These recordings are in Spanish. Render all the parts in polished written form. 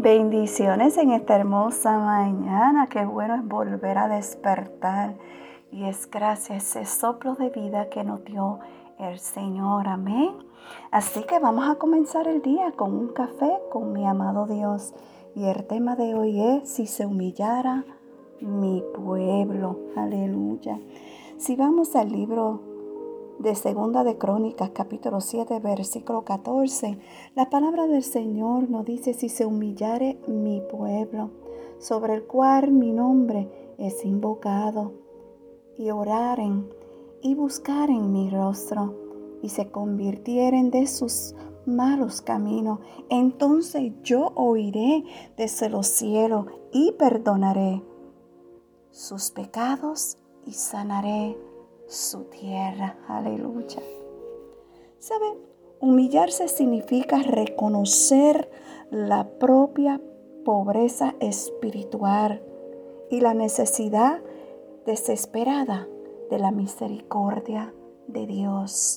Bendiciones en esta hermosa mañana. Qué bueno es volver a despertar. Y es gracias a ese soplo de vida que nos dio el Señor. Amén. Así que vamos a comenzar el día con un café con mi amado Dios. Y el tema de hoy es: si se humillara mi pueblo. Aleluya. Si vamos al libro de Segunda de Crónicas, capítulo 7, versículo 14, la palabra del Señor nos dice: si se humillare mi pueblo, sobre el cual mi nombre es invocado, y oraren y buscaren mi rostro, y se convirtieren de sus malos caminos, entonces yo oiré desde los cielos y perdonaré sus pecados y sanaré su tierra. Aleluya. ¿Saben? Humillarse significa reconocer la propia pobreza espiritual y la necesidad desesperada de la misericordia de Dios.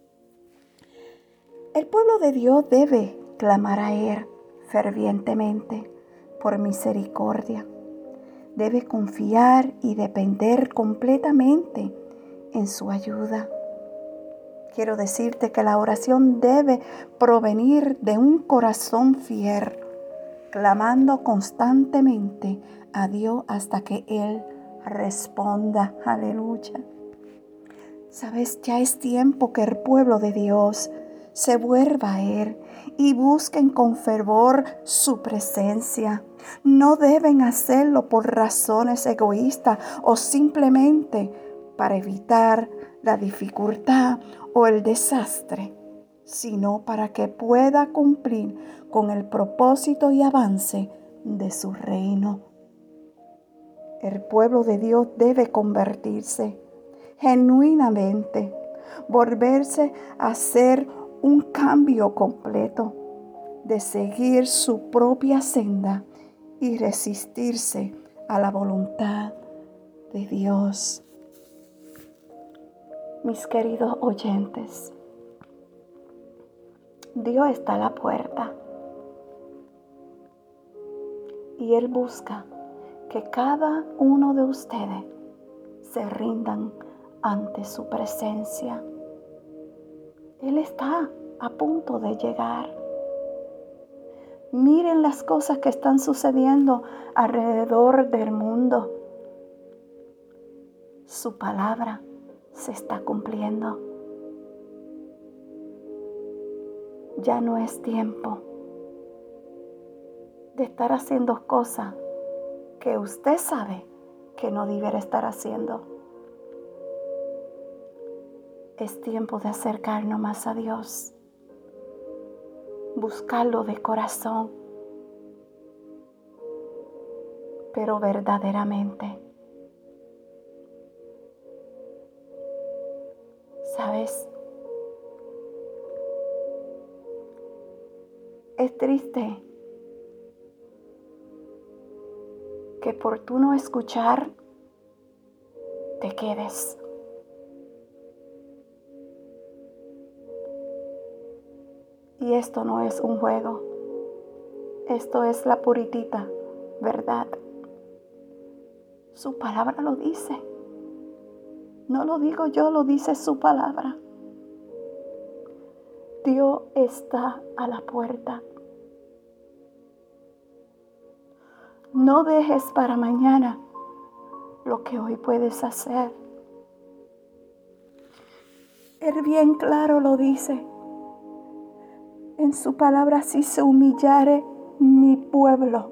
El pueblo de Dios debe clamar a Él fervientemente por misericordia. Debe confiar y depender completamente en su ayuda. Quiero decirte que la oración debe provenir de un corazón fiel, clamando constantemente a Dios hasta que Él responda. Aleluya. Sabes, ya es tiempo que el pueblo de Dios se vuelva a Él y busquen con fervor su presencia. No deben hacerlo por razones egoístas o simplemente para evitar la dificultad o el desastre, sino para que pueda cumplir con el propósito y avance de su reino. El pueblo de Dios debe convertirse genuinamente, volverse a hacer un cambio completo, de seguir su propia senda y resistirse a la voluntad de Dios. Mis queridos oyentes, Dios está a la puerta y Él busca que cada uno de ustedes se rindan ante su presencia. Él está a punto de llegar. Miren las cosas que están sucediendo alrededor del mundo. Su palabra se está cumpliendo. Ya no es tiempo de estar haciendo cosas que usted sabe que no debería estar haciendo. Es tiempo de acercarnos más a Dios, buscarlo de corazón, pero verdaderamente. ¿Sabes? Es triste que por tú no escuchar te quedes. Y esto no es un juego. Esto es la puritita verdad. Su palabra lo dice. No lo digo yo, lo dice su palabra. Dios está a la puerta. No dejes para mañana lo que hoy puedes hacer. Él bien claro lo dice en su palabra: si se humillare mi pueblo,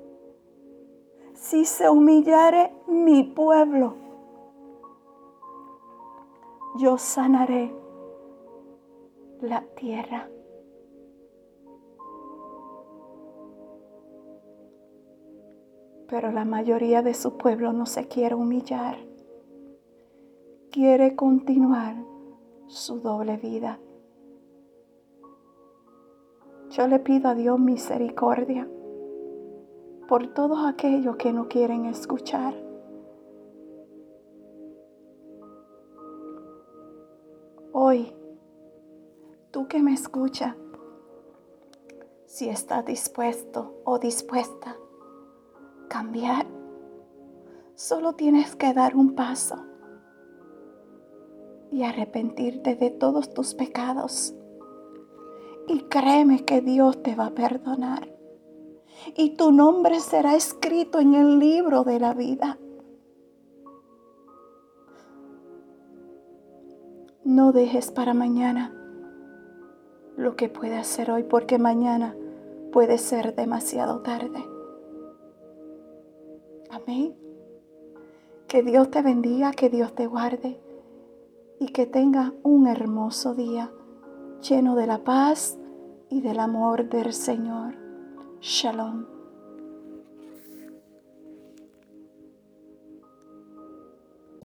si se humillare mi pueblo, yo sanaré la tierra. Pero la mayoría de su pueblo no se quiere humillar. Quiere continuar su doble vida. Yo le pido a Dios misericordia por todos aquellos que no quieren escuchar. Hoy, tú que me escuchas, Si estás dispuesto o dispuesta a cambiar, solo tienes que dar un paso y arrepentirte de todos tus pecados. Y créeme que Dios te va a perdonar. Y tu nombre será escrito en el libro de la vida. No dejes para mañana lo que puedes hacer hoy, porque mañana puede ser demasiado tarde. Amén. Que Dios te bendiga, que Dios te guarde y que tengas un hermoso día lleno de la paz y del amor del Señor. Shalom.